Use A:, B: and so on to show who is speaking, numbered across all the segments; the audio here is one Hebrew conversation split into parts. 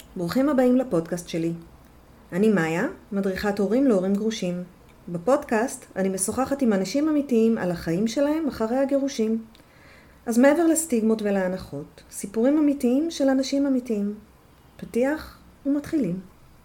A: ברוכים הבאים לפודקאסט שלי. אני מאיה, מדריכת הורים להורים גרושים. בפודקאסט אני משוחחת עם אנשים אמיתיים על החיים שלהם אחרי הגירושים. אז מעבר לסטיגמות ולהנחות, סיפורים אמיתיים של אנשים אמיתיים. פתיח ומתחילים.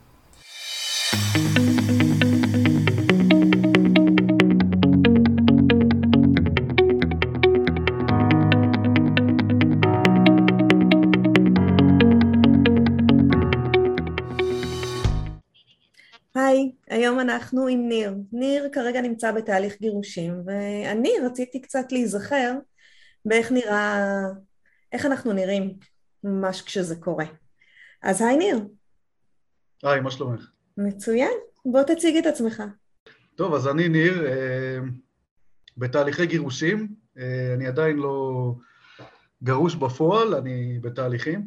A: היי, היום אנחנו עם ניר. ניר כרגע נמצא בתהליך גירושים, ואני רציתי קצת להיזכר באיך נראה, איך אנחנו נראים ממש כשזה קורה. אז היי ניר.
B: היי, מה שלומך?
A: מצוין, בוא תציג את עצמך.
B: טוב, אז אני ניר, בתהליכי גירושים, אני עדיין לא גרוש בפועל, אני בתהליכים,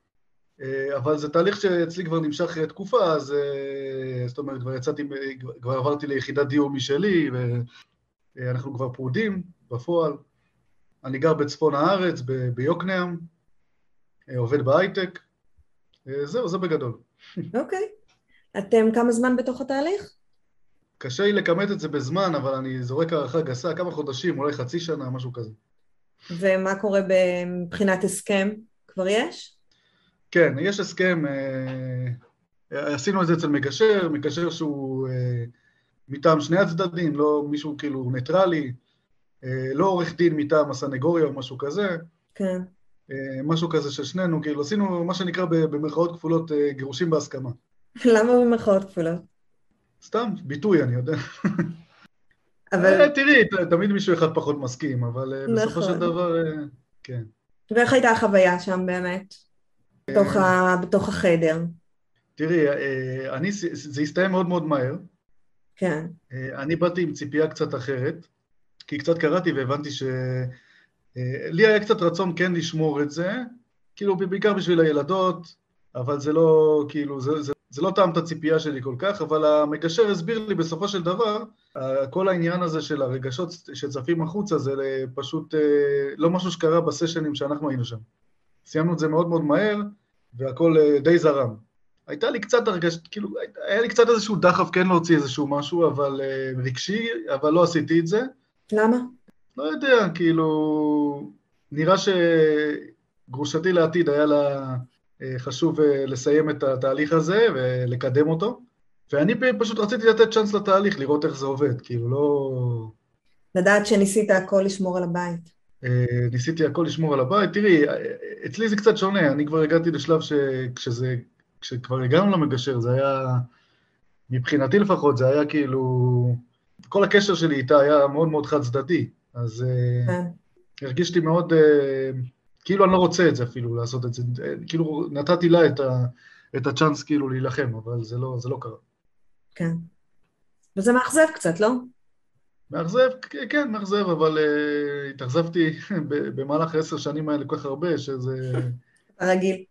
B: אבל זה תהליך שאצלי כבר נמשך תקופה, אז זאת אומרת, כבר עברתי ליחידת דיור משלי, ואנחנו כבר פרודים בפועל. אני גר בצפון הארץ, ביוקנעם, עובד בהייטק, זהו, זה בגדול.
A: אוקיי. אתם כמה זמן בתוך התהליך?
B: קשה לי לכמת את זה בזמן, אבל אני זורק הערכה גסה, כמה חודשים, אולי חצי שנה, משהו כזה.
A: ומה קורה מבחינת הסכם? כבר יש?
B: כן, יש הסכם, עשינו את זה אצל מגשר שהוא מטעם שני הצדדים, לא מישהו כאילו ניטרלי, לא עורך דין מטעם הסנגוריה או משהו כזה,
A: כן.
B: משהו כזה של שנינו, כאילו עשינו מה שנקרא במרכאות כפולות גירושים בהסכמה.
A: למה במרכאות כפולות?
B: סתם, ביטוי אני יודע.
A: אבל
B: תראי, תמיד מישהו אחד פחות מסכים, אבל בסופו של
A: נכון.
B: דבר, כן.
A: ואיך הייתה החוויה שם באמת? בתוך החדר.
B: תראי, זה הסתיים מאוד מאוד מהר.
A: כן.
B: אני באתי עם ציפייה קצת אחרת, כי קצת קראתי והבנתי לי היה קצת רצון כן לשמור את זה, כאילו בעיקר בשביל הילדות, אבל זה לא, כאילו, זה לא טעם את הציפייה שלי כל כך, אבל המגשר הסביר לי בסופו של דבר, כל העניין הזה של הרגשות שצפים החוצה, זה פשוט לא משהו שקרה בסשנים שאנחנו היינו שם. סיימנו את זה מאוד מאוד מהר, והכל די זרם. הייתה לי קצת כאילו, היה לי קצת איזשהו דחף כן להוציא איזשהו משהו, אבל רגשי, אבל לא עשיתי את זה.
A: למה?
B: לא יודע, כאילו, נראה שגרושתי לעתיד היה לה חשוב לסיים את התהליך הזה ולקדם אותו, ואני פשוט רציתי לתת צ'אנס לתהליך, לראות איך זה עובד, כאילו לא...
A: לדעת שניסית הכל לשמור על הבית.
B: ניסיתי הכל לשמור על הבית. תראי, אצלי זה קצת שונה, אני כבר הגעתי לשלב כשכבר הגענו למגשר, זה היה, מבחינתי לפחות, זה היה כאילו, כל הקשר שלי איתה היה מאוד מאוד חד צדדי, אז
A: כן.
B: הרגישתי מאוד, כאילו אני לא רוצה את זה אפילו, לעשות את זה, כאילו נתתי לה את הצ'אנס כאילו להילחם, אבל זה לא קרה.
A: כן. וזה מאכזב קצת, לא?
B: מאכזב, כן, מאכזב, אבל התאכזבתי במהלך 10 שנים האלה כל כך הרבה,
A: הרגיל.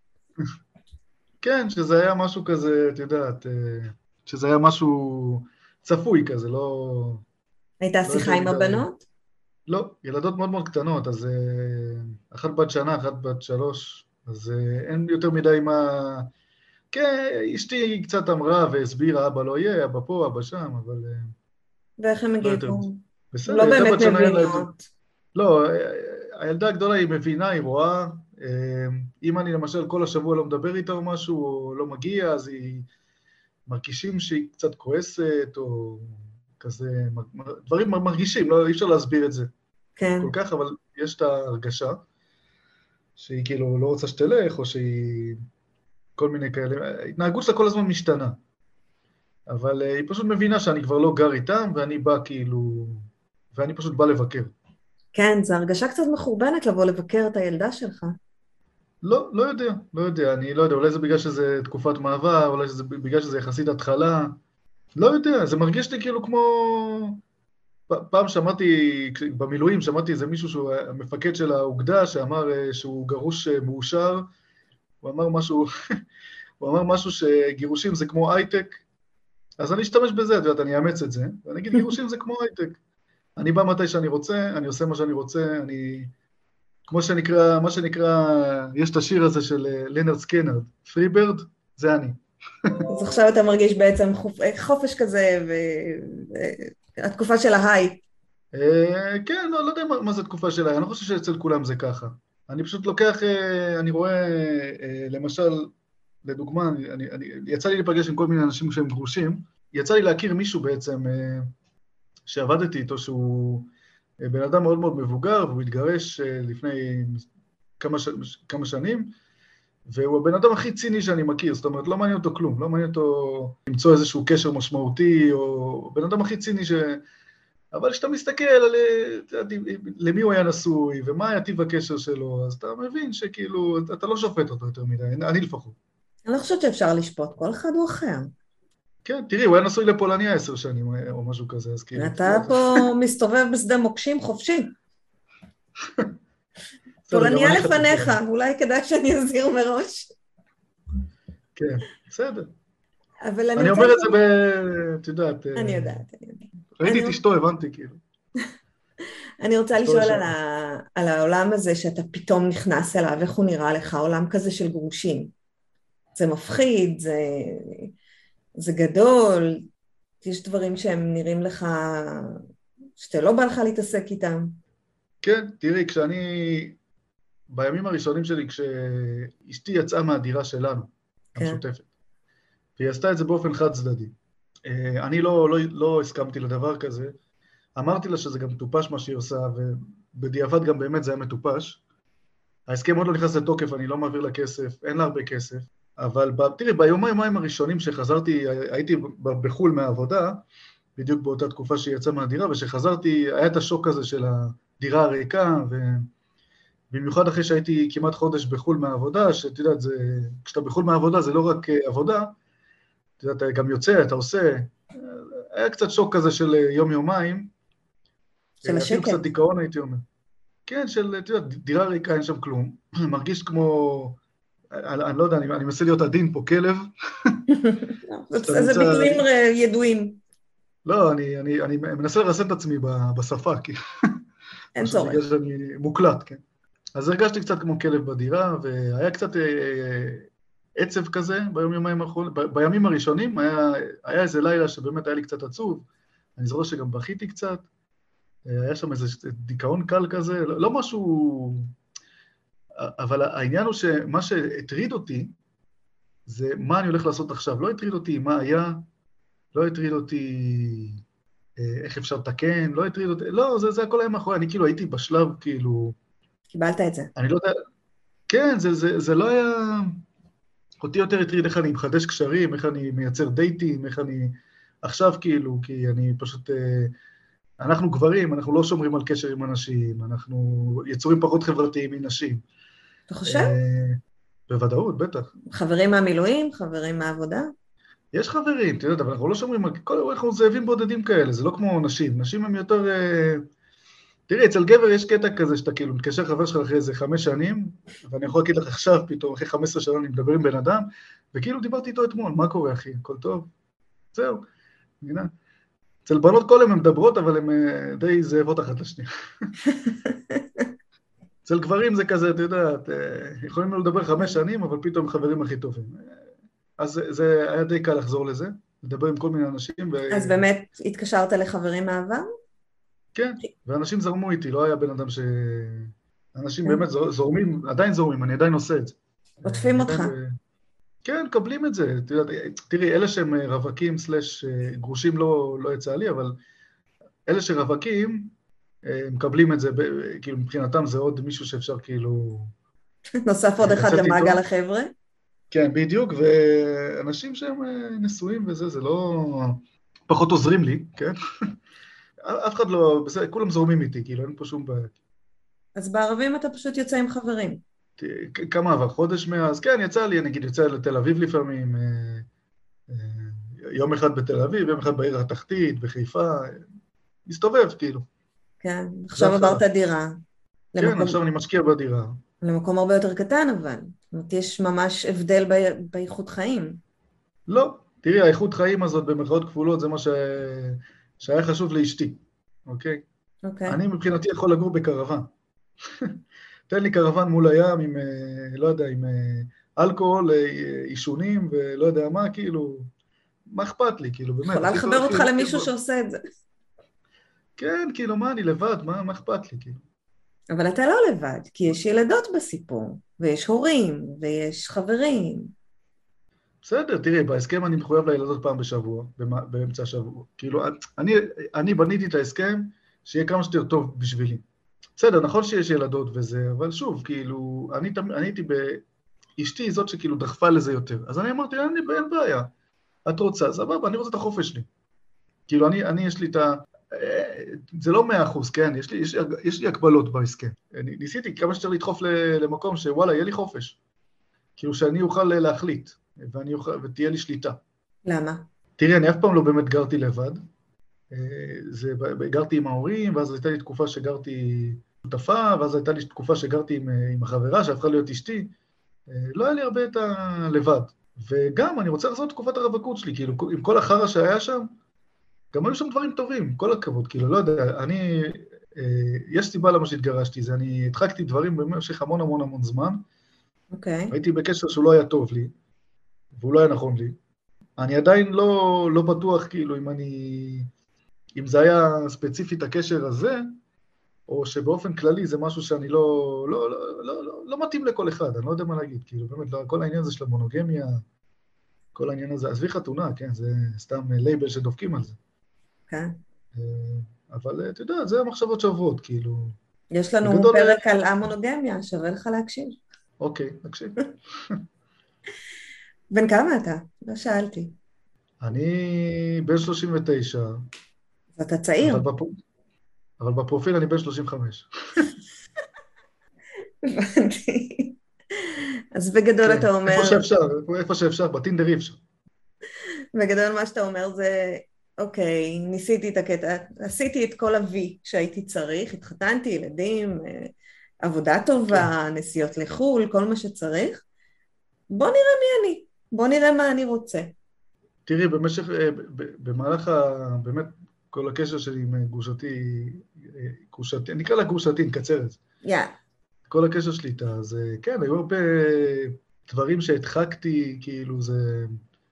B: כן, שזה היה משהו כזה, את יודעת, שזה היה משהו צפוי כזה,
A: הייתה
B: לא
A: שיחה
B: יותר
A: עם
B: מדי.
A: הבנות?
B: לא, ילדות מאוד מאוד קטנות, אז אחת בת שנה, אחת בת 3, אז אין יותר מדי מה... כן, אשתי קצת אמרה והסבירה, אבא לא יהיה, אבא פה, אבא שם, אבל
A: ואיך הם
B: לא יותר מזה.
A: הגיבו?
B: בסדר,
A: לא
B: ילדה
A: באמת
B: בת שנה אין לה יותר...
A: מבינות.
B: לא, הילדה הגדולה היא מבינה, היא רואה, אם אני למשל כל השבוע לא מדבר איתה או משהו, או לא מגיע, אז היא מרגישים שהיא קצת כועסת, או כזה, דברים מרגישים, לא, אי אפשר להסביר את זה
A: כן.
B: כל כך, אבל יש את ההרגשה שהיא כאילו לא רוצה שתלך, או שהיא כל מיני כאלה, ההתנהגות שלה כל הזמן משתנה, אבל היא פשוט מבינה שאני כבר לא גר איתם, ואני בא כאילו, ואני פשוט בא לבקר.
A: כן, זו הרגשה קצת מחורבנת לבוא לבקר את הילדה שלך.
B: לא, לא יודע, אני לא יודע, אולי זה בגלל שזה תקופת מעבר, אולי זה בגלל שזה יחסית התחלה, לא יודע, זה מרגיש לי כאילו כמו... פעם שמעתי, במילואים שמעתי איזה מישהו שהוא המפקד של האוגדה, שאמר שהוא גרוש מאושר, הוא אמר משהו, הוא אמר משהו שגירושים זה כמו הייטק, אז אני אשתמש בזה, את יודעת, אני אאמץ את זה, ואני אגיד גירושים זה כמו הייטק. אני בא מתי שאני רוצה, אני עושה מה שאני רוצה, אני... כמו שנקרא, מה שנקרא, יש את השיר הזה של לנרד סקינרד, פרי ברד, זה אני.
A: אז עכשיו אתה מרגיש בעצם חופש כזה, והתקופה של ההיי.
B: כן, לא יודע מה זה תקופה שלה, אני לא חושב שאצל כולם זה ככה. אני פשוט לוקח, אני רואה, למשל, לדוגמה, יצא לי להיפגש עם כל מיני אנשים שהם גרושים, יצא לי להכיר מישהו בעצם, שעבדתי איתו, שהוא בן אדם מאוד מאוד מבוגר, והוא התגרש לפני כמה שנים, והוא הבן אדם הכי ציני שאני מכיר, זאת אומרת, לא מעניין אותו כלום, לא מעניין אותו למצוא איזשהו קשר משמעותי, או בן אדם הכי ציני אבל כשאתה מסתכל על למי הוא היה נשוי, ומה היה טיב הקשר שלו, אז אתה מבין שכאילו, אתה לא שופט אותו יותר מדי, אני לפחות.
A: אני לא חושבת שאפשר לשפוט, כל אחד הוא אחר.
B: כן, תראי, הוא היה נשוי לפולניה 10 שנים, או משהו כזה, אז כאילו,
A: אתה פה מסתובב בשדה מוקשים חופשי.
B: בסדר, גם
A: פולניה
B: אני חצי
A: לפניך,
B: פולני.
A: אולי כדאי שאני אזהיר מראש.
B: כן, בסדר.
A: אבל אני
B: אני
A: רוצה
B: אומר את זה
A: לשאול...
B: את יודעת,
A: אני יודעת, אני יודעת.
B: ראיתי את אשתו, הבנתי, כאילו.
A: אני רוצה
B: אשתו
A: לשאול
B: לשעבר.
A: על העולם הזה שאתה פתאום נכנס אליו, איך הוא נראה לך, עולם כזה של גרושים. זה מפחיד, זה גדול, יש דברים שהם נראים לך, שאתה לא בא לך להתעסק איתם.
B: כן, תראי, בימים הראשונים שלי, כשאשתי יצאה מהדירה שלנו,
A: כן,
B: המשותפת, והיא עשתה את זה באופן חד צדדי. אני לא הסכמתי לדבר כזה, אמרתי לה שזה גם מטופש מה שהיא עושה, ובדיעבד גם באמת זה היה מטופש. ההסכם עוד לא נכנס לתוקף, אני לא מעביר לה כסף, אין לה הרבה כסף, אבל תראי, ביומיים הראשונים שחזרתי, הייתי בחול מהעבודה, בדיוק באותה תקופה שהיא יצאה מהדירה, ושחזרתי, היה את השוק הזה של הדירה הריקה, ובמיוחד אחרי שהייתי כמעט חודש בחול מהעבודה, שאת יודעת, כשאתה בחול מהעבודה זה לא רק עבודה, אתה יודע, אתה גם יוצא, אתה עושה, היה קצת שוק כזה של יום-יומיים,
A: של
B: אפילו קצת
A: השקט.
B: דיכאון הייתי אומר. כן, אתה יודע, דירה ריקה, אין שם כלום, מרגיש כמו, אני לא יודע, אני מנסה להיות עדין פה, כלב, שאתה
A: זה
B: נמצא,
A: ביטויים ידועים,
B: לא, אני מנסה לרסן את עצמי בשפה, כי
A: אין
B: פשוט בגלל
A: צורך.
B: שאני מוקלט, כן. אז הרגשתי קצת כמו כלב בדירה, והיה קצת עצב כזה בימים האחרונים, בימים הראשונים היה איזה לילה שבאמת היה לי קצת עצוב, אני זוכר שגם בכיתי קצת, היה שם איזה דיכאון קל כזה, לא משהו, אבל העניין הוא שמה שהטריד אותי, זה מה אני הולך לעשות עכשיו, לא הטריד אותי מה היה, לא הטריד אותי איך אפשר לתקן, לא הטריד אותי, לא, זה הכל היה מאחורי, אני כאילו הייתי בשלב כאילו,
A: קיבלת את זה.
B: אני לא יודע, כן, זה לא היה, אותי יותר הטריד איך אני מחדש קשרים, איך אני מייצר דייטים, איך אני, עכשיו כאילו, כי אני פשוט, אנחנו גברים, אנחנו לא שומרים על קשר עם אנשים, אנחנו יצורים פחות חברתיים מנשים.
A: אתה חושב?
B: בוודאות, בטח.
A: חברים מהמילואים, חברים מהעבודה?
B: יש חברים, אתה יודע, אבל אנחנו לא שומרים על, אנחנו זאבים בודדים כאלה, זה לא כמו נשים. נשים הם יותר, תראי, אצל גבר יש קטע כזה שאתה כאילו מתקשר חבר שלך אחרי איזה 5 שנים, ואני יכול להגיד לך עכשיו, פתאום, אחרי 15 שנה אני מדבר עם בן אדם, וכאילו דיברתי איתו אתמול, מה קורה אחי, הכל טוב? זהו, מבינה? אצל בנות כל הן מדברות, אבל הן די זאבות אחת לשנייה. אצל גברים זה כזה, אתה יודע, יכולים לדבר 5 שנים, אבל פתאום חברים הכי טובים. אז זה היה די קל לחזור לזה, לדבר עם כל מיני אנשים.
A: אז באמת התקשרת לחברים מהעבר?
B: כן, ואנשים זרמו איתי, לא היה בן אדם אנשים
A: כן.
B: באמת זורמים, עדיין זורמים, אני עדיין עושה את זה.
A: עוטפים אותך.
B: כן, קבלים את זה. תראי, אלה שהם רווקים סלש גרושים לא יצא לי, אבל אלה שרווקים, מקבלים את זה, כאילו מבחינתם זה עוד מישהו שאפשר כאילו
A: נוסף עוד אחד
B: לצאת איתו.
A: למעגל החבר'ה?
B: כן, בדיוק, ואנשים שהם נשואים וזה, זה לא פחות עוזרים לי, כן? אף אחד לא, בסדר, כולם זורמים איתי, כאילו, אין פה שום בעיה.
A: אז בערבים אתה פשוט יוצא עם חברים.
B: כמה עבר? חודש מאז? כן, יצא לי, נגיד, יוצא לתל אביב לפעמים, יום אחד בתל אביב, יום אחד בעיר התחתית, בחיפה, מסתובב, כאילו.
A: כן,
B: זה
A: עכשיו
B: התחלה.
A: עברת דירה.
B: כן,
A: למקום,
B: עכשיו אני משקיע בדירה.
A: למקום הרבה יותר קטן אבל. זאת אומרת, יש ממש הבדל באיכות חיים.
B: לא, תראי, האיכות חיים הזאת במרכאות כפולות, זה מה שהיה חשוב לאשתי, אוקיי?
A: אוקיי.
B: אני מבחינתי יכול לגור בקרוון. תן לי קרוון מול הים עם, לא יודע, עם אלכוהול, אישונים ולא יודע מה, כאילו, מה אכפת לי, כאילו, באמת,
A: יכולה לחבר אותך
B: הכי
A: למישהו
B: טוב.
A: שעושה את זה.
B: כן, כאילו, מה, אני לבד, מה אכפת לי, כאילו.
A: אבל אתה לא לבד, כי יש ילדות בסיפור, ויש הורים, ויש חברים.
B: בסדר, תראי, בהסכם אני מחויב לילדות פעם בשבוע, באמצע השבוע. כאילו, אני בניתי את ההסכם שיהיה כמה שיותר טוב בשבילי. בסדר, נכון שיש ילדות וזה, אבל שוב, כאילו, אני הייתי אשתי היא זאת שכאילו דחפה לזה יותר. אז אני אמרתי, אין בעיה. את רוצה, סבבה, אני רוצה את החופש שלי. כאילו, אני יש לי את ה... זה לא 100%, כן? יש לי הקבלות בהסכם. ניסיתי כמה שצריך לדחוף למקום שוואלה, יהיה לי חופש. כאילו שאני אוכל להחליט, ותהיה לי שליטה.
A: למה?
B: תראי, אני אף פעם לא באמת גרתי לבד. גרתי עם ההורים, ואז הייתה לי תקופה שגרתי שותפה, ואז הייתה לי תקופה שגרתי עם החברה, שהפכה להיות אשתי. לא היה לי הרבה את הלבד. וגם, אני רוצה לחזור לתקופת הרווקות שלי, כאילו, עם כל החרא שהיה שם, גם היו שם דברים טובים, כל הכבוד, כאילו, לא יודע, יש סיבה למה שהתגרשתי, זה אני הדחקתי דברים במשך המון המון המון זמן,
A: אוקיי.
B: הייתי בקשר שהוא לא היה טוב לי, והוא לא היה נכון לי. אני עדיין לא בטוח, כאילו, אם זה היה ספציפית הקשר הזה, או שבאופן כללי זה משהו שאני לא מתאים לכל אחד, אני לא יודע מה להגיד, כאילו, באמת, כל העניין הזה של המונוגמיה, כל העניין הזה, עזבי חתונה, כן, זה סתם לייבל שדופקים על זה.
A: כן.
B: אבל אתה יודע, זה המחשבות שעוברות, כאילו,
A: יש לנו
B: בגדול,
A: פרק על המונוגמיה, שווה לך להקשיב.
B: אוקיי, נקשיב.
A: בן כמה אתה? לא שאלתי.
B: אני בן 39,
A: ואתה צעיר.
B: אבל בפרופיל אני בן 35.
A: הבנתי. אז בגדול
B: כן,
A: אתה אומר,
B: איפה שאפשר, בטינדר אי אפשר.
A: בגדול מה שאתה אומר זה, אוקיי, ניסיתי את הקטע, עשיתי את כל ה-V שהייתי צריך, התחתנתי, ילדים, עבודה
B: כן.
A: טובה, נסיעות לחו"ל, כל מה שצריך. בוא נראה מי אני, בוא נראה מה אני רוצה.
B: תראי, במהלך באמת, כל הקשר שלי עם גרושתי, אני אקרא לה גרושתי, נקצר את זה. כל הקשר שלי איתה, אז כן, היו הרבה דברים שהדחקתי, כאילו זה...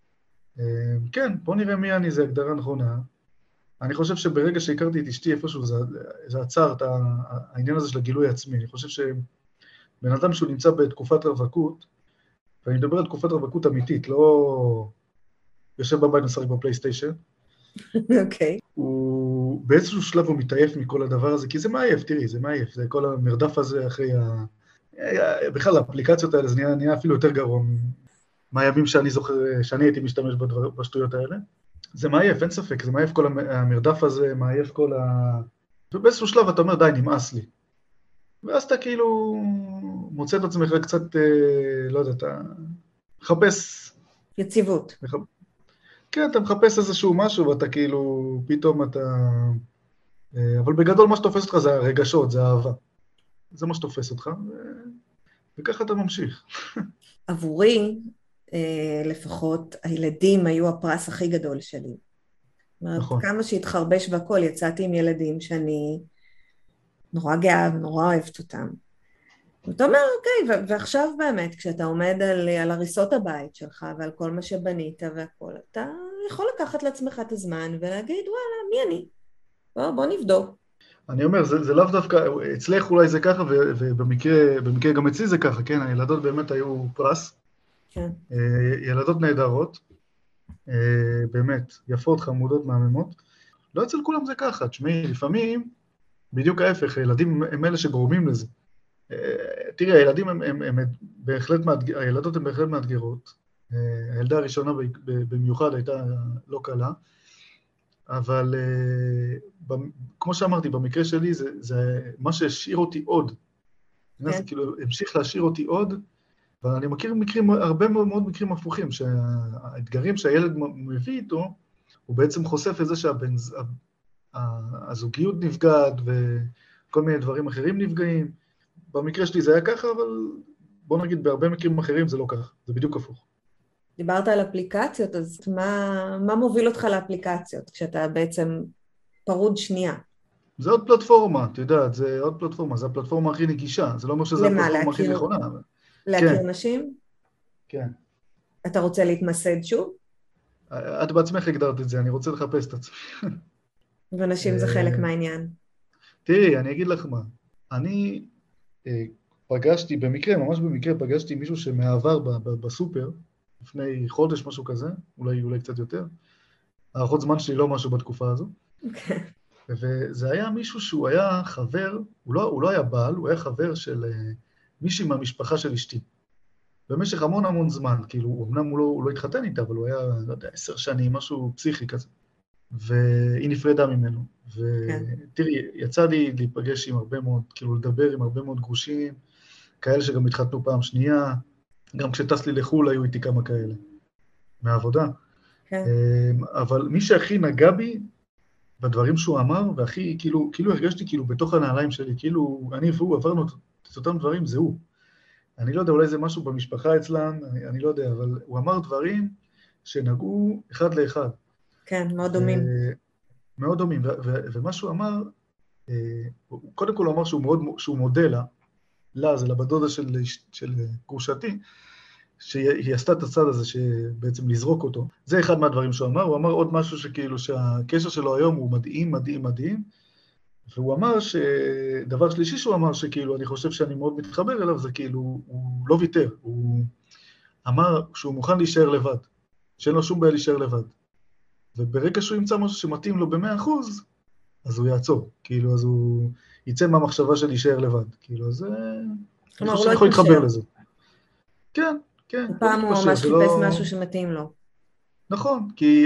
B: כן, בוא נראה מי אני, זה הגדרה נכונה. אני חושב שברגע שהכרתי את אשתי איפשהו, זה עצר את העניין הזה של הגילוי העצמי. אני חושב שבן אדם שהוא נמצא בתקופת רווקות, ואני מדבר על תקופת רווקות אמיתית, לא יושב בבית משחק בפלייסטיישן,
A: אוקיי.
B: הוא באיזשהו שלב הוא מתעייף מכל הדבר הזה, כי זה מעייף, תראי, זה מעייף, זה כל המרדף הזה אחרי בכלל האפליקציות האלה, זה נהיה אפילו יותר גרוע מהימים שאני זוכר, שאני הייתי משתמש בשטויות האלה. זה מעייף, אין ספק, זה מעייף כל המרדף הזה, מעייף כל ובאיזשהו שלב אתה אומר, די, נמאס לי. ואז אתה כאילו מוצא את עצמך קצת, לא יודע, אתה מחפש...
A: יציבות.
B: כן, אתה מחפש איזשהו משהו, ואתה כאילו, פתאום אתה... אבל בגדול מה שתופס אותך זה הרגשות, זה האהבה. זה מה שתופס אותך, וככה אתה ממשיך.
A: עבורי, לפחות, הילדים היו הפרס הכי גדול שלי.
B: נכון.
A: כמה שהתחרבש והכל, יצאתי עם ילדים שאני נורא גאה ונורא אוהבת אותם. ואתה אומר, אוקיי, ועכשיו באמת, כשאתה עומד על הריסות הבית שלך ועל כל מה שבנית והכל, אתה יכול לקחת לעצמך את הזמן ולהגיד, וואלה, מי אני? בוא נבדוק.
B: אני אומר, זה לאו דווקא, אצלך אולי זה ככה, ובמקרה גם אצלי זה ככה, כן? הילדות באמת היו פרס.
A: כן.
B: ילדות נהדרות, באמת, יפות, חמודות, מהממות. לא אצל כולם זה ככה, תשמעי, לפעמים, בדיוק ההפך, הילדים הם אלה שגורמים לזה. תראי, הילדות הן בהחלט מאתגרות. הילדה הראשונה במיוחד הייתה לא קלה, אבל כמו שאמרתי, במקרה שלי זה מה שהשאיר אותי עוד.
A: כן.
B: זה כאילו המשיך להשאיר אותי עוד, ואני מכיר הרבה מאוד מקרים הפוכים, שהאתגרים שהילד מביא איתו, הוא בעצם חושף את זה שהזוגיות נפגעת, וכל מיני דברים אחרים נפגעים. במקרה שלי זה היה ככה, אבל בוא נגיד, בהרבה מקרים אחרים זה לא ככה, זה בדיוק הפוך.
A: דיברת על אפליקציות, אז מה מוביל אותך לאפליקציות, כשאתה בעצם פרוד שנייה?
B: זה עוד פלטפורמה, את יודעת, זה עוד פלטפורמה, זה הפלטפורמה הכי נגישה, זה לא אומר שזה הפלטפורמה הכי נכונה.
A: להכיר נשים?
B: כן.
A: אתה רוצה להתמסד שוב?
B: את בעצמך הגדרת את זה, אני רוצה לחפש את עצמי.
A: ונשים זה חלק
B: אה,
A: מהעניין.
B: תראי, אני אגיד לך מה. אני פגשתי, במקרה, ממש במקרה, פגשתי מישהו שמעבר בסופר, לפני חודש, משהו כזה, אולי קצת יותר. הערכות זמן שלי לא משהו בתקופה הזו. וזה היה מישהו שהוא היה חבר, הוא לא היה בעל, הוא היה חבר של מישהי מהמשפחה של אשתי. במשך המון המון זמן, כאילו, אמנם הוא לא התחתן איתה, אבל הוא היה, לא יודע, 10 שנים, משהו פסיכי כזה. והיא נפרדה ממנו.
A: כן.
B: ותראי, יצא לי להיפגש עם הרבה מאוד, כאילו לדבר עם הרבה מאוד גרושים, כאלה שגם התחתנו פעם שנייה, גם כשטס לי לחו"ל היו איתי כמה כאלה, מהעבודה.
A: כן.
B: אבל מי שהכי נגע בי בדברים שהוא אמר, והכי, כאילו הרגשתי כאילו בתוך הנעליים שלי, כאילו אני והוא עברנו את אותם דברים, זה הוא. אני לא יודע, אולי זה משהו במשפחה אצלם, אני לא יודע, אבל הוא אמר דברים שנגעו אחד לאחד.
A: כן, מאוד דומים.
B: מאוד דומים, ומה שהוא אמר, קודם כל הוא אמר שהוא מודה לה, זה לבת דודה של גרושתי, שהיא עשתה את הצד הזה, שבעצם לזרוק אותו. זה אחד מהדברים שהוא אמר. הוא אמר עוד משהו שכאילו שהקשר שלו היום הוא מדהים, מדהים, מדהים, והוא אמר דבר שלישי שהוא אמר שכאילו אני חושב שאני מאוד מתחבר אליו, זה כאילו, הוא לא ויתר, הוא אמר שהוא מוכן להישאר לבד, שאין לו שום בעיה להישאר לבד. וברגע שהוא ימצא משהו שמתאים לו ב100%, אז הוא יעצור, כאילו, אז הוא יצא מהמחשבה של להישאר לבד, כאילו, אז אני
A: כלומר,
B: חושב
A: הוא לא
B: שאני יכול להתחבר
A: התפשר.
B: לזה. כן, כן, לא
A: הפעם הוא
B: להתפשר,
A: ממש
B: זה
A: חיפש
B: לא...
A: משהו שמתאים לו.
B: נכון, כי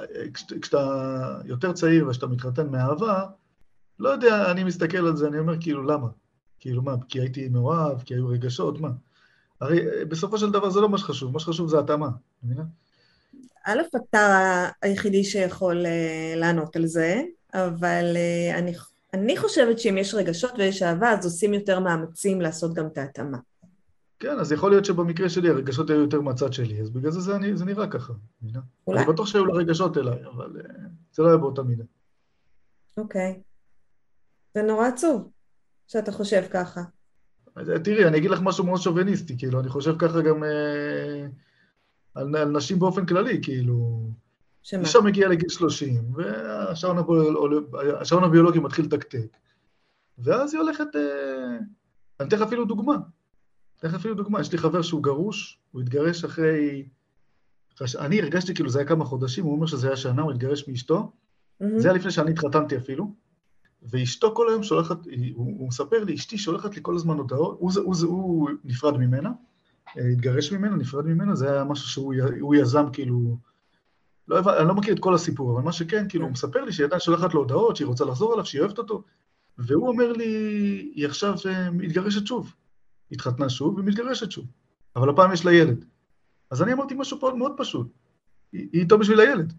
B: כשאתה יותר צעיר וכשאתה מתחתן מאהבה, לא יודע, אני מסתכל על זה, אני אומר, כאילו, למה? כאילו, מה, כי הייתי מאוהב, כי היו רגשות, מה? הרי בסופו של דבר זה לא מה שחשוב, מה שחשוב זה התאמה, מבינה?
A: א', אתה היחידי שיכול לענות על זה, אבל אני חושבת שאם יש רגשות ויש אהבה, אז עושים יותר מאמצים לעשות גם את ההתאמה.
B: כן, אז יכול להיות שבמקרה שלי הרגשות היו יותר מהצד שלי, אז בגלל זה נראה ככה, מבינה?
A: אולי.
B: אני בטוח שהיו לה רגשות אליי, אבל זה לא היה באותה מידה.
A: אוקיי. זה נורא עצוב שאתה חושב ככה.
B: תראי, אני אגיד לך משהו מאוד שוביניסטי, כאילו, אני חושב ככה גם על נשים באופן כללי, כאילו,
A: שמה?
B: אישה מגיעה לגיל 30, והשעון הביולוגי מתחיל לתקתק, ואז היא הולכת, אני אתן לך אפילו דוגמה, יש לי חבר שהוא גרוש, הוא התגרש אחרי, אני הרגשתי כאילו זה היה כמה חודשים, הוא אומר שזה היה שנה, הוא התגרש מאשתו, זה היה לפני שאני התחתנתי אפילו, ואשתו כל היום שולחת, הוא מספר לי, אשתי שולחת לי כל הזמן הודעות, הוא נפרד ממנה, התגרש ממנה, נפרד ממנה, זה היה משהו שהוא יזם כאילו, אני לא מכיר את כל הסיפור, אבל מה שכן, כאילו הוא מספר לי שהיא עדיין שולחת לו הודעות, שהיא רוצה לחזור עליו, שהיא אוהבת אותו, והוא אומר לי, היא עכשיו מתגרשת שוב, התחתנה שוב ומתגרשת שוב, אבל הפעם יש לה ילד. אז אני אמרתי משהו פה מאוד פשוט, היא איתו בשביל הילד.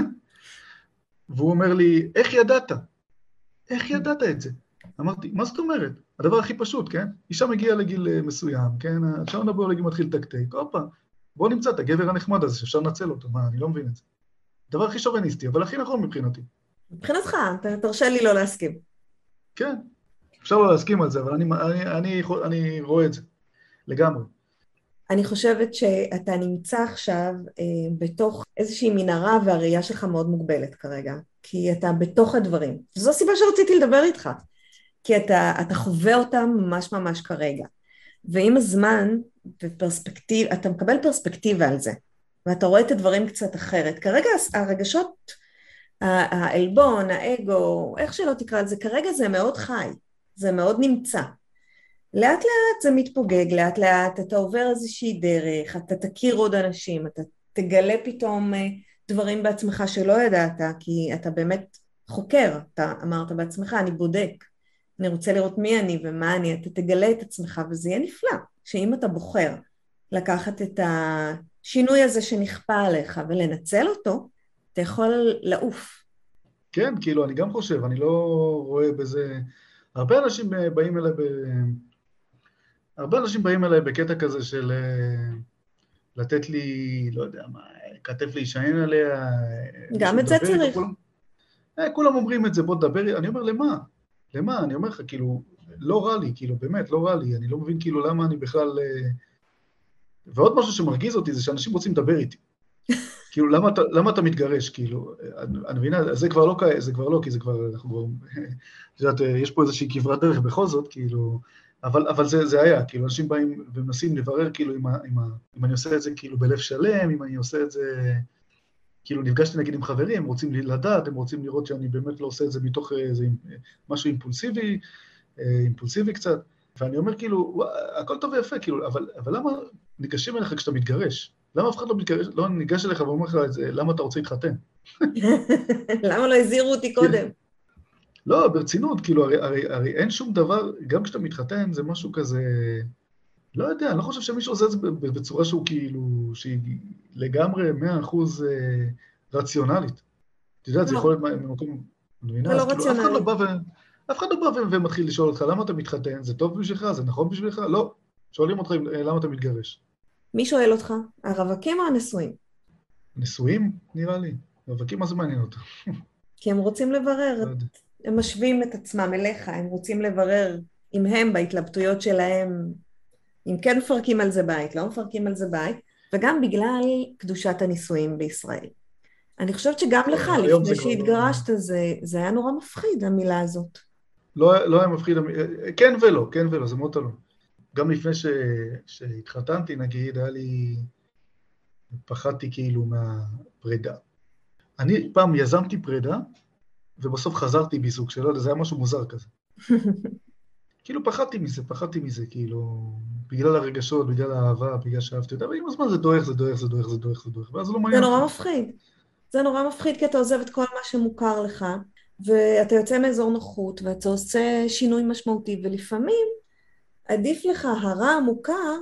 B: והוא אומר לי, איך ידעת? איך ידעת את זה? אמרתי, מה זאת אומרת? הדבר הכי פשוט, כן? אישה מגיעה לגיל מסוים, כן? השעון הביולוגי מתחיל לתקתק, הופה, בוא נמצא את הגבר הנחמד הזה שאפשר לנצל אותו, מה, אני לא מבין את זה. הדבר הכי שוביניסטי, אבל הכי נכון מבחינתי.
A: מבחינתך, תרשה לי לא להסכים.
B: כן, אפשר לא להסכים על זה, אבל אני רואה את זה, לגמרי.
A: אני חושבת שאתה נמצא עכשיו בתוך איזושהי מנהרה והראייה שלך מאוד מוגבלת כרגע, כי אתה בתוך הדברים. זו הסיבה שרציתי לדבר איתך, כי אתה חווה אותם ממש ממש כרגע. ועם הזמן ופרספקטיב, אתה מקבל פרספקטיבה על זה, ואתה רואה את הדברים קצת אחרת. כרגע הרגשות, העלבון, האגו, איך שלא תקרא לזה, כרגע זה מאוד חי, זה מאוד נמצא. לאט לאט זה מתפוגג, לאט לאט אתה עובר איזושהי דרך, אתה תכיר עוד אנשים, אתה תגלה פתאום דברים בעצמך שלא ידעת, כי אתה באמת חוקר, אתה אמרת בעצמך, אני בודק, אני רוצה לראות מי אני ומה אני, אתה תגלה את עצמך וזה יהיה נפלא, שאם אתה בוחר לקחת את השינוי הזה שנכפה עליך ולנצל אותו, אתה יכול לעוף.
B: כן, כאילו, אני גם חושב, אני לא רואה בזה... הרבה אנשים באים אליי הרבה אנשים באים אליי בקטע כזה של לתת לי, לא יודע מה, כתף להישען עליה,
A: גם
B: מישהו
A: את זה
B: מדבר איתו,
A: צריך.
B: כולם אומרים את זה, בוא תדבר, אני אומר, למה? למה? אני אומר לך, כאילו, לא רע לי, כאילו, באמת, לא רע לי, אני לא מבין כאילו למה אני בכלל, ועוד משהו שמרגיז אותי זה שאנשים רוצים לדבר איתי. כאילו, למה אתה מתגרש? כאילו, אני מבינה, זה כבר לא, כי זה כבר, אנחנו כבר, את יודעת, יש פה איזושהי כברת דרך בכל זאת, כאילו, אבל זה היה, כאילו, אנשים באים ומנסים לברר, כאילו, אם אני עושה את זה, כאילו, בלב שלם, אם אני עושה את זה, כאילו, נפגשתי נגיד עם חברים, הם רוצים לדעת, הם רוצים לראות שאני באמת לא עושה את זה מתוך איזה משהו אימפולסיבי קצת, ואני אומר, כאילו, הכל טוב ויפה, כאילו, אבל למה ניגשים אליך כשאתה מתגרש? למה אף אחד לא ניגש אליך ואומר לך את זה, למה אתה רוצה להתחתן?
A: למה לא הזהירו אותי קודם?
B: לא, ברצינות, כאילו, הרי אין שום דבר, גם כשאתה מתחתן, זה משהו כזה, לא יודע, אני לא חושב שמישהו עושה את זה בצורה שהוא כאילו, שהיא לגמרי 100% רציונלית. אתה יודע, זה
A: לא,
B: יכול להיות ממקום, אני מבינה,
A: זה לא
B: אז כאילו,
A: רציונלי.
B: אף אחד לא בא ומתחיל לשאול אותך, למה אתה מתחתן? זה טוב בשבילך? זה נכון בשבילך? לא. שואלים אותך, למה אתה מתגרש?
A: מי שואל אותך? הרווקים או הנשואים?
B: נשואים? נראה לי. רווקים, מה זה מעניין אותם?
A: כי הם רוצים לברר,
B: לא יודע.
A: הם משווים את עצמם אליך, הם רוצים לברר אם הם בהתלבטויות שלהם, אם כן מפרקים על זה בית, לא מפרקים על זה בית, וגם בגלל קדושת הנישואים בישראל. אני חושבת שגם לך,
B: היום
A: לפני
B: זה כבר לא...
A: שהתגרשת, זה היה נורא מפחיד, המילה הזאת.
B: לא היה מפחיד, כן ולא, כן ולא, זה מאוד תלוי. גם לפני שהתחתנתי, נגיד, פחדתי כאילו מהפרידה. אני פעם יזמתי פרידה, ובסוף חזרתי בסוג שלו, זה היה משהו מוזר כזה. כאילו פחדתי מזה, כאילו, בגלל הרגשות, בגלל האהבה, בגלל שאהבתי אותה, ועם הזמן זה דועך, ואז זה לא
A: זה
B: מעניין אותי.
A: נורא מפחיד. זה נורא מפחיד כי אתה עוזב את כל מה שמוכר לך, ואתה יוצא מאזור נוחות, ואתה עושה שינוי משמעותי, ולפעמים עדיף לך הרע המוכר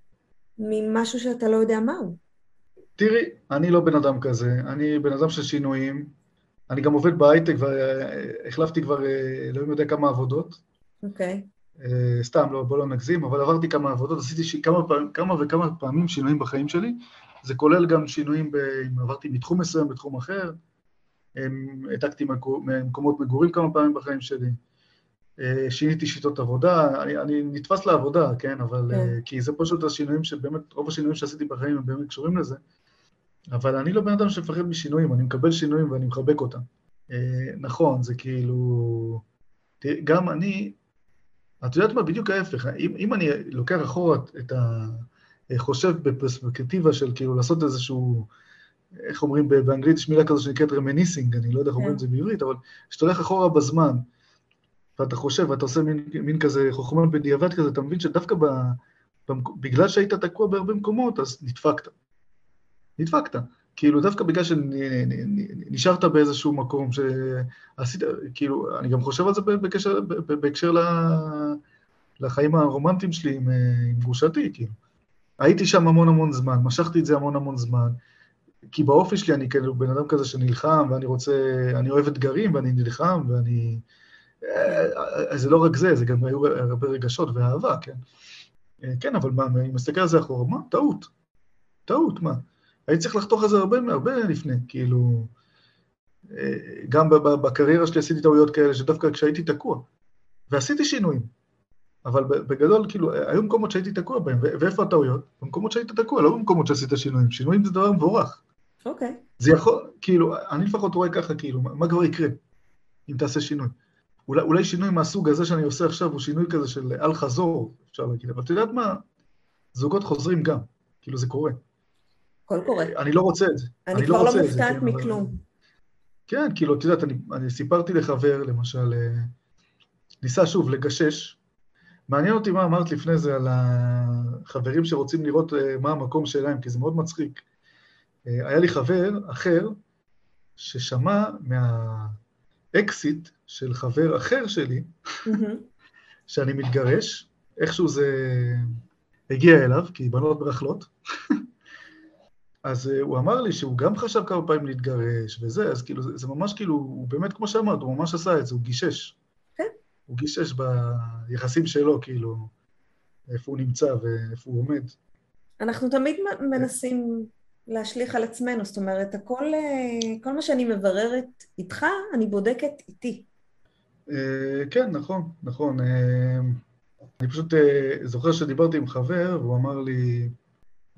A: ממשהו שאתה לא יודע מהו.
B: תראי, אני לא בן אדם כזה, אני בן אדם של שינויים, אני גם עובד בהייטק, והחלפתי כבר, לא יודע כמה עבודות,
A: אוקיי.
B: סתם, בוא לא נגזים, אבל עברתי כמה עבודות, עשיתי כמה וכמה פעמים שינויים בחיים שלי, זה כולל גם שינויים, אם עברתי מתחום מסוים לתחום אחר, העתקתי ממקומות מגורים כמה פעמים בחיים שלי, שיניתי שיטות עבודה, אני נתפס לעבודה, כן, אבל,
A: כן.
B: כי זה פשוט השינויים שבאמת, רוב השינויים שעשיתי בחיים הם באמת קשורים לזה, אבל אני לא בן אדם שמפחד משינויים, אני מקבל שינויים ואני מחבק אותם. נכון, זה כאילו, גם אני, את יודעת מה, בדיוק ההפך, אם אני לוקח אחורה את חושב בפרספקטיבה של כאילו לעשות איזשהו, איך אומרים באנגלית, יש מילה כזו שנקראת רמיניסינג, אני לא יודע איך אומרים את זה בעברית, אבל כשאתה הולך אחורה בזמן, ואתה חושב, ואתה עושה מין כזה חוכמה בדיעבד כזה, אתה מבין שדווקא בגלל שהיית תקוע בהרבה מקומות, אז נדפקת. כאילו, דווקא בגלל שנשארת באיזשהו מקום שעשית, כאילו, אני גם חושב על זה בהקשר לחיים הרומנטיים שלי עם גרושתי, כאילו. הייתי שם המון זמן, משכתי את זה המון זמן, כי באופי שלי אני כאילו בן אדם כזה שנלחם, ואני אני אוהב אתגרים, ואני נלחם, זה לא רק זה גם היו הרבה רגשות ואהבה, כן? כן, אבל מה, אני מסתכל על זה אחורה, מה? טעות, מה? הייתי צריך לחתוך את זה הרבה לפני, כאילו, גם בקריירה שלי עשיתי טעויות כאלה, שדווקא כשהייתי תקוע, ועשיתי שינויים, אבל בגדול, כאילו, היו מקומות שהייתי תקוע בהם, ואיפה הטעויות? במקומות שהיית תקוע, לא במקומות שעשית שינויים. שינויים זה דבר מבורך.
A: אוקיי.
B: זה יכול, כאילו, אני לפחות רואה ככה, כאילו, מה כבר יקרה אם תעשה שינוי? אולי שינוי מהסוג הזה שאני עושה עכשיו, הוא שינוי כזה של אל חזור, אפשר להגיד, אבל אתה יודעת מה? זוגות חוזרים גם, כאילו זה קורה.
A: הכל קורה.
B: אני לא רוצה את זה.
A: אני
B: לא
A: כבר לא
B: רוצה את זה,
A: מופתעת
B: כן, אבל...
A: מכלום.
B: כן, כאילו, את יודעת, אני סיפרתי לחבר, למשל, ניסה שוב לגשש, מעניין אותי מה אמרת לפני זה על החברים שרוצים לראות מה המקום שלהם, כי זה מאוד מצחיק. היה לי חבר אחר ששמע מהאקסיט של חבר אחר שלי, שאני מתגרש, איכשהו זה הגיע אליו, כי בנות ברכלות, אז הוא אמר לי שהוא גם חשב כמה פעמים להתגרש וזה, אז כאילו, זה ממש כאילו, הוא באמת כמו שאמרת, הוא ממש עשה את זה, הוא גישש.
A: כן.
B: הוא גישש ביחסים שלו, כאילו, איפה הוא נמצא ואיפה הוא עומד.
A: אנחנו תמיד מנסים להשליך על עצמנו, זאת אומרת, כל מה שאני מבררת איתך, אני בודקת איתי.
B: כן, נכון. אני פשוט זוכר שדיברתי עם חבר, והוא אמר לי,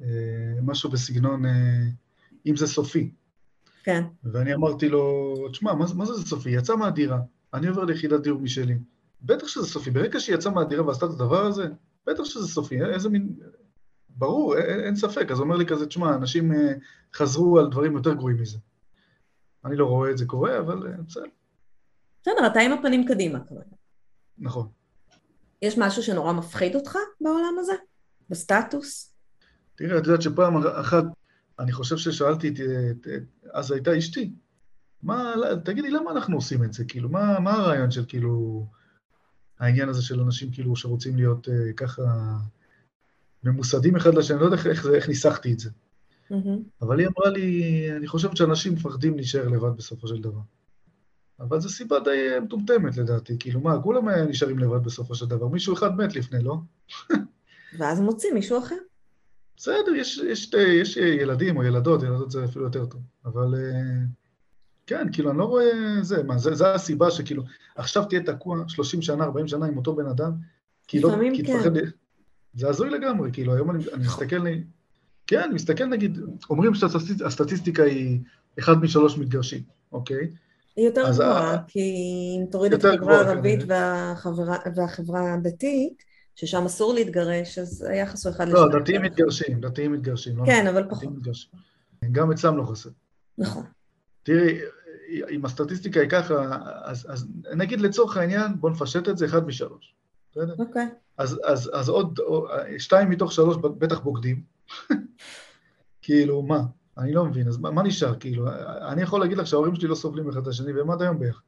B: משהו בסגנון, אם זה סופי.
A: כן.
B: ואני אמרתי לו, תשמע, מה זה סופי? יצא מהדירה, אני עובר ליחידת דיור משלי. בטח שזה סופי, ברגע שהיא יצאה מהדירה ועשתה את הדבר הזה, בטח שזה סופי, איזה מין... ברור, אין ספק. אז הוא אומר לי כזה, תשמע, אנשים חזרו על דברים יותר גרועים מזה. אני לא רואה את זה קורה, אבל בסדר.
A: בסדר, אתה עם הפנים קדימה כרגע.
B: נכון.
A: יש משהו שנורא מפחיד אותך בעולם הזה? בסטטוס?
B: תראה, את יודעת שפעם אחת, אני חושב ששאלתי, אז הייתה אשתי, תגידי, למה אנחנו עושים את זה? כאילו, מה הרעיון של כאילו, העניין הזה של אנשים כאילו שרוצים להיות ככה ממוסדים אחד לשני, אני לא יודע איך ניסחתי את זה. אבל היא אמרה לי, אני חושבת שאנשים מפחדים להישאר לבד בסופו של דבר. אבל זו סיבה די מטומטמת לדעתי, כאילו מה, כולם נשארים לבד בסופו של דבר, מישהו אחד מת לפני, לא?
A: ואז מוצאים מישהו אחר.
B: בסדר, יש ילדים או ילדות זה אפילו יותר טוב, אבל כן, כאילו אני לא רואה זה, זה הסיבה שכאילו, עכשיו תהיה תקוע 30 שנה, 40 שנה עם אותו בן אדם,
A: לפעמים
B: כי
A: כן.
B: תפחד, זה הזוי לגמרי, כאילו היום אני מסתכל, כן, אני מסתכל נגיד, אומרים שהסטטיסטיקה היא 1 מ-3 מתגרשים, אוקיי?
A: היא יותר גבוהה, כי אם תוריד את החברה הערבית והחברה הדתית, ששם אסור להתגרש, אז היחס הוא 1 ל-2.
B: לא, דתיים מתגרשים.
A: כן, אבל פחות.
B: גם אצלם לא חסר.
A: נכון.
B: תראי, אם הסטטיסטיקה היא ככה, אז נגיד לצורך העניין, בוא נפשט את זה 1 מ-3. בסדר?
A: אוקיי.
B: אז עוד 2 מתוך 3 בטח בוגדים. כאילו, מה? אני לא מבין, אז מה נשאר? כאילו, אני יכול להגיד לך שההורים שלי לא סובלים אחד את השני, והם עד היום ביחד.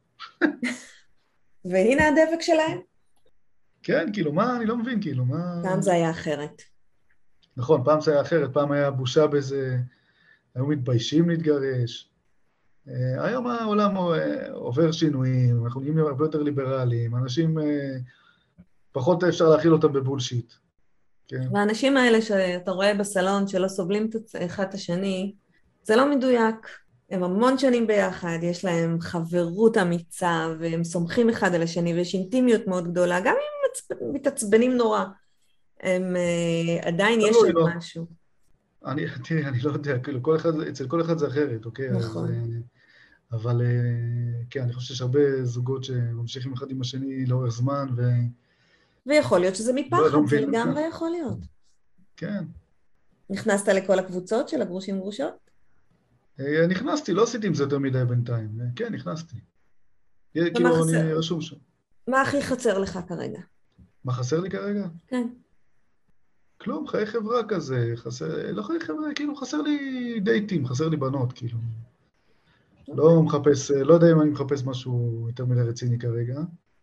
A: והנה הדבק שלהם.
B: כן, כאילו, מה? אני לא מבין, כאילו, מה...
A: פעם זה היה אחרת.
B: נכון, פעם זה היה אחרת, פעם היה בושה בזה, היו מתביישים להתגרש. היום העולם עובר שינויים, אנחנו נהיים הרבה יותר ליברליים, אנשים פחות אפשר להכיל אותם בבולשיט. כן.
A: והאנשים האלה שאתה רואה בסלון שלא סובלים אחד את השני, זה לא מדויק. הם המון שנים ביחד, יש להם חברות אמיצה, והם סומכים אחד על השני, ויש אינטימיות מאוד גדולה, גם אם הם מתעצבנים נורא. הם עדיין יש שם משהו.
B: תראי, אני לא יודע, כאילו, אצל כל אחד זה אחרת, אוקיי?
A: נכון.
B: אבל כן, אני חושב שיש הרבה זוגות שממשיכים אחד עם השני לאורך זמן,
A: ויכול להיות שזה מפחד, זה לגמרי יכול להיות.
B: כן.
A: נכנסת לכל הקבוצות של הגרושים גרושות?
B: נכנסתי, לא עשיתי עם זה יותר מדי בינתיים. כן, נכנסתי. כאילו, אני רשום שם.
A: מה הכי חסר לך כרגע?
B: מה חסר לי כרגע?
A: כן.
B: כלום, חיי חברה כזה, לא חיי חברה, כאילו חסר לי דייטים, חסר לי בנות, כאילו. לא מחפש, לא יודע אם אני מחפש משהו יותר מדי רציני כרגע.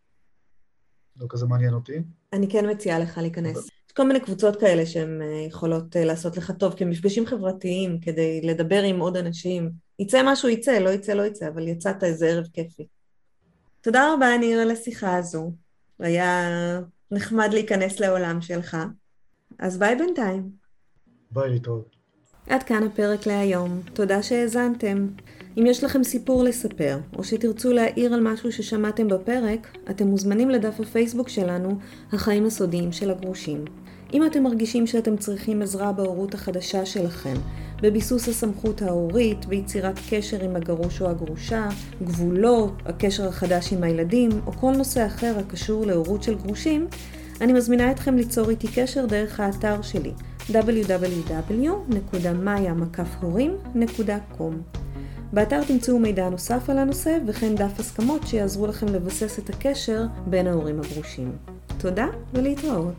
B: לא כזה מעניין אותי.
A: אני כן מציעה לך להיכנס. יש כל מיני קבוצות כאלה שהן יכולות לעשות לך טוב, כמפגשים חברתיים, כדי לדבר עם עוד אנשים. יצא משהו, יצא, לא יצא, לא יצא, אבל יצאת איזה ערב כיפי. תודה רבה, ניר, על השיחה הזו. היה נחמד להיכנס לעולם שלך. אז ביי בינתיים.
B: ביי, טוב.
A: עד כאן הפרק להיום. תודה שהאזנתם. אם יש לכם סיפור לספר, או שתרצו להעיר על משהו ששמעתם בפרק, אתם מוזמנים לדף הפייסבוק שלנו, החיים הסודיים של הגרושים. אם אתם מרגישים שאתם צריכים עזרה בהורות החדשה שלכם, בביסוס הסמכות ההורית, ביצירת קשר עם הגרוש או הגרושה, גבולות, הקשר החדש עם הילדים, או כל נושא אחר הקשור להורות של גרושים, אני מזמינה אתכם ליצור איתי קשר דרך האתר שלי, www.maya-horim.com. באתר תמצאו מידע נוסף על הנושא וכן דף הסכמות שיעזרו לכם לבסס את הקשר בין ההורים הגרושים. תודה ולהתראות.